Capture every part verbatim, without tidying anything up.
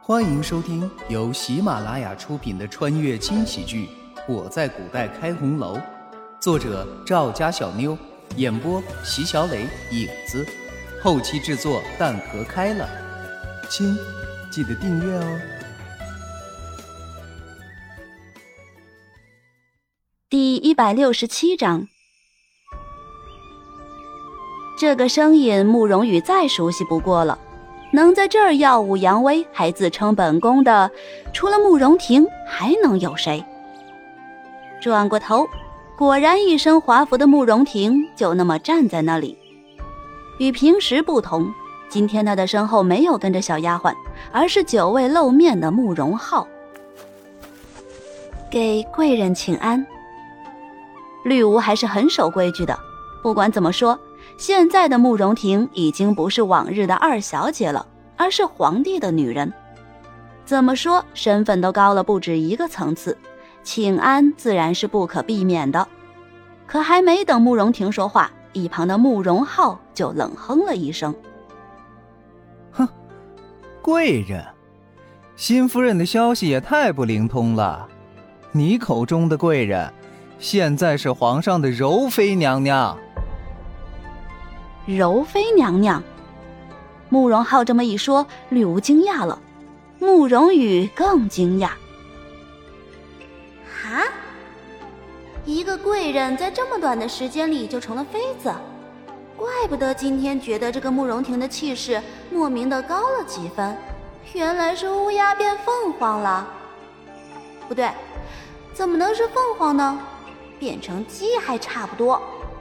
欢迎收听由喜马拉雅出品的穿越轻喜剧《我在古代开红楼》，作者赵家小妞，演播席小磊、影子，后期制作蛋壳开了。亲，记得订阅哦。 第一百六十七章，这个声音慕容羽再熟悉不过了，能在这儿耀武扬威还自称本宫的，除了慕容婷还能有谁？转过头，果然一身华服的慕容婷就那么站在那里。与平时不同，今天她的身后没有跟着小丫鬟，而是久未露面的慕容浩。给贵人请安。绿芜还是很守规矩的，不管怎么说，现在的慕容婷已经不是往日的二小姐了，而是皇帝的女人。怎么说，身份都高了不止一个层次，请安自然是不可避免的。可还没等慕容婷说话，一旁的慕容浩就冷哼了一声。 哼，贵人，新夫人的消息也太不灵通了。你口中的贵人，现在是皇上的柔妃娘娘。 柔妃娘娘？慕容浩这么一说，绿芜惊讶了，慕容羽更惊讶。 哈？一个贵人在这么短的时间里就成了妃子，怪不得今天觉得这个慕容婷的气势莫名的高了几分，原来是乌鸦变凤凰了。不对，怎么能是凤凰呢？变成鸡还差不多。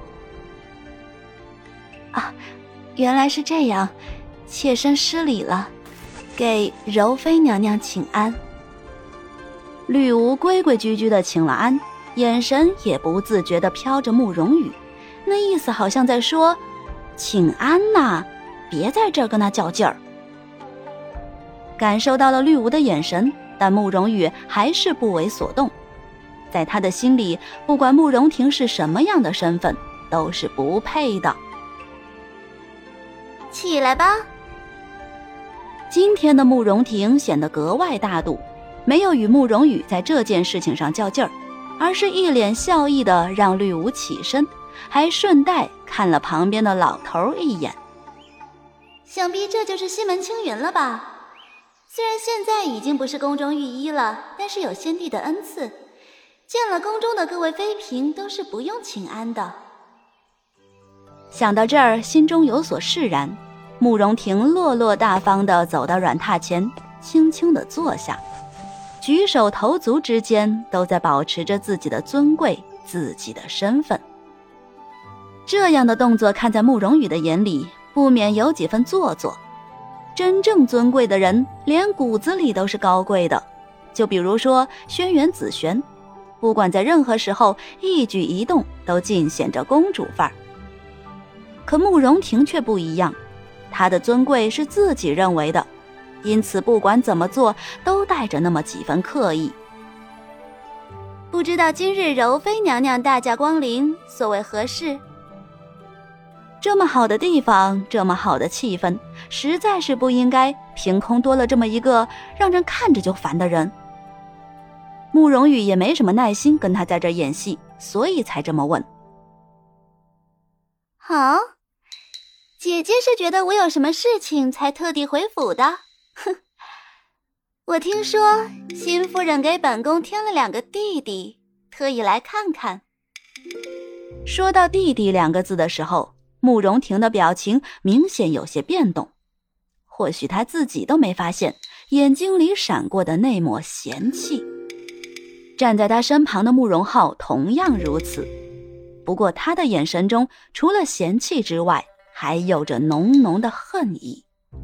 啊，原来是这样，妾身失礼了，给柔妃娘娘请安。绿芜规规矩矩地请了安，眼神也不自觉地飘着慕容羽，那意思好像在说，请安呐，别在这儿跟他较劲儿。感受到了绿芜的眼神，但慕容羽还是不为所动。在他的心里，不管慕容婷是什么样的身份，都是不配的。 起来吧。 今天的慕容婷显得格外大度，没有与慕容羽在这件事情上较劲儿，而是一脸笑意地让绿芜起身，还顺带看了旁边的老头一眼。 想必这就是西门青云了吧？虽然现在已经不是宫中御医了，但是有先帝的恩赐，见了宫中的各位妃嫔都是不用请安的。 想到这儿，心中有所释然，慕容婷落落大方地走到软榻前，轻轻地坐下，举手投足之间都在保持着自己的尊贵，自己的身份。这样的动作看在慕容羽的眼里，不免有几分做作。真正尊贵的人，连骨子里都是高贵的。就比如说轩辕紫璇，不管在任何时候，一举一动都尽显着公主范儿。可慕容婷却不一样，她的尊贵是自己认为的，因此不管怎么做，都带着那么几分刻意。 不知道今日柔妃娘娘大驾光临，所谓何事？ 这么好的地方，这么好的气氛，实在是不应该凭空多了这么一个让人看着就烦的人。慕容羽也没什么耐心跟他在这演戏，所以才这么问。 好，姐姐是觉得我有什么事情才特地回府的？哼，我听说新夫人给本宫添了两个弟弟，特意来看看。 说到弟弟两个字的时候，慕容婷的表情明显有些变动，或许她自己都没发现眼睛里闪过的那抹嫌弃。站在她身旁的慕容浩同样如此，不过他的眼神中除了嫌弃之外，还有着浓浓的恨意。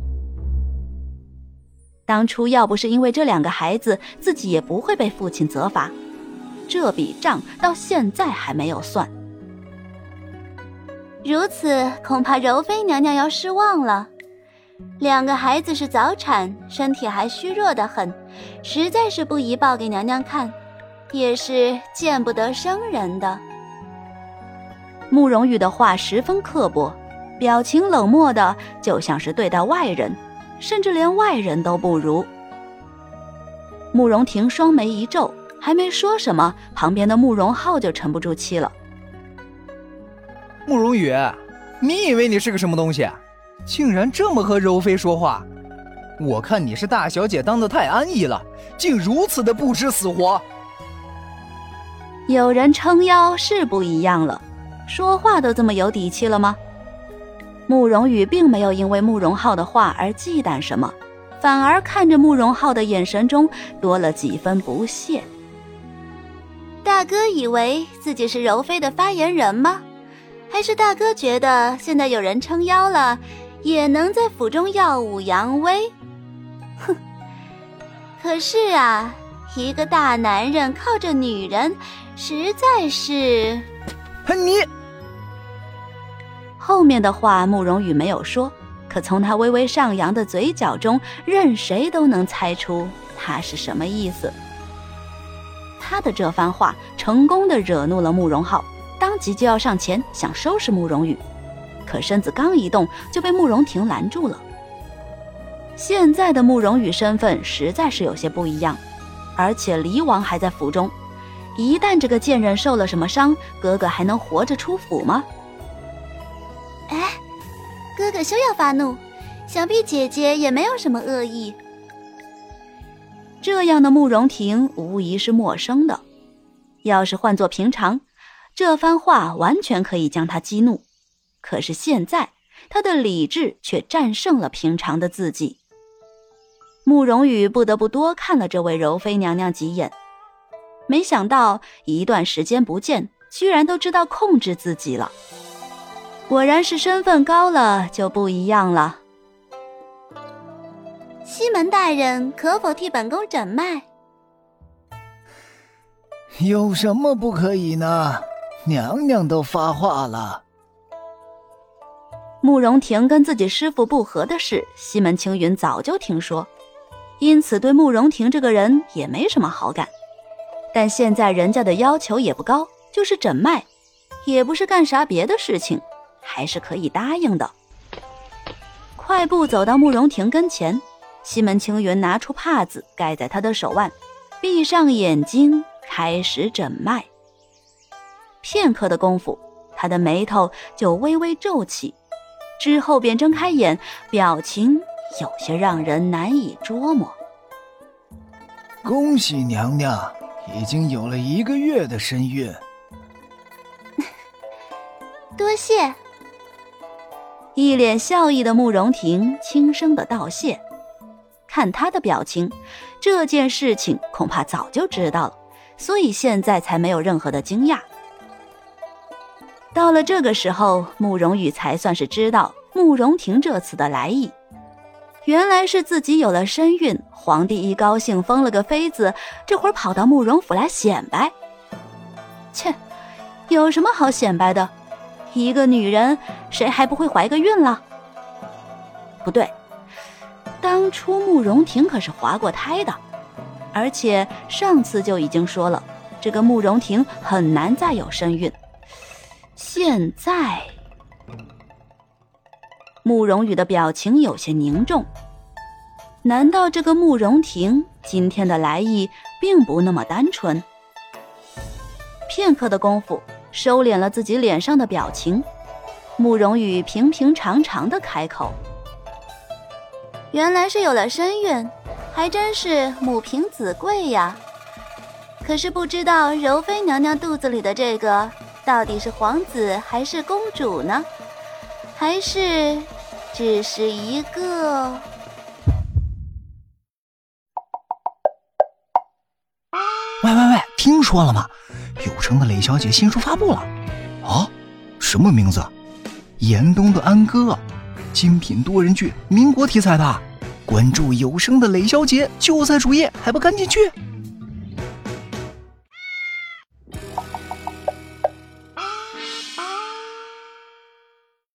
当初要不是因为这两个孩子，自己也不会被父亲责罚，这笔账到现在还没有算。 如此，恐怕柔妃娘娘要失望了。两个孩子是早产，身体还虚弱得很，实在是不宜报给娘娘看，也是见不得生人的。 慕容羽的话十分刻薄，表情冷漠的就像是对待外人，甚至连外人都不如。 慕容婷双眉一皱，还没说什么，旁边的慕容浩就沉不住气了。 慕容羽，你以为你是个什么东西，竟然这么和柔妃说话？我看你是大小姐当得太安逸了，竟如此的不知死活。 有人撑腰是不一样了，说话都这么有底气了吗？慕容羽并没有因为慕容浩的话而忌惮什么，反而看着慕容浩的眼神中多了几分不屑。 大哥以为自己是柔妃的发言人吗？还是大哥觉得现在有人撑腰了，也能在府中耀武扬威？哼！可是啊，一个大男人靠着女人，实在是…… 你…… 后面的话慕容羽没有说，可从他微微上扬的嘴角中，任谁都能猜出他是什么意思。他的这番话成功地惹怒了慕容浩，当即就要上前想收拾慕容羽，可身子刚一动就被慕容婷拦住了。现在的慕容羽身份实在是有些不一样，而且离王还在府中，一旦这个贱人受了什么伤，哥哥还能活着出府吗？ 哎，哥哥休要发怒，想必姐姐也没有什么恶意。 这样的慕容婷无疑是陌生的，要是换作平常，这番话完全可以将他激怒，可是现在他的理智却战胜了平常的自己。慕容羽不得不多看了这位柔妃娘娘几眼，没想到一段时间不见，居然都知道控制自己了。果然是身份高了就不一样了。 西门大人可否替本宫诊脉？ 有什么不可以呢？娘娘都发话了。 慕容婷跟自己师父不和的事，西门青云早就听说，因此对慕容婷这个人也没什么好感。但现在人家的要求也不高，就是诊脉，也不是干啥别的事情，还是可以答应的。快步走到慕容婷跟前，西门青云拿出帕子盖在他的手腕，闭上眼睛开始诊脉。片刻的功夫，他的眉头就微微皱起，之后便睁开眼，表情有些让人难以捉摸。 恭喜娘娘，已经有了一个月的身孕。 多谢。 一脸笑意的慕容婷轻声的道谢。看他的表情，这件事情恐怕早就知道了，所以现在才没有任何的惊讶。到了这个时候，慕容羽才算是知道慕容婷这次的来意。原来是自己有了身孕，皇帝一高兴封了个妃子，这会儿跑到慕容府来显摆。切，有什么好显摆的？一个女人谁还不会怀个孕了？不对，当初慕容婷可是怀过胎的，而且上次就已经说了，这个慕容婷很难再有身孕。现在慕容羽的表情有些凝重，难道这个慕容婷今天的来意并不那么单纯？片刻的功夫，收敛了自己脸上的表情，慕容羽平平常常的开口： 原来是有了身孕，还真是母凭子贵呀。可是不知道柔妃娘娘肚子里的这个到底是皇子还是公主呢？还是只是一个…… 喂喂喂，听说了吗？有城的磊小姐新书发布了。啊？什么名字？严冬的安哥，精品多人剧，民国题材的。关注有声的磊小姐就在主页，还不赶紧去！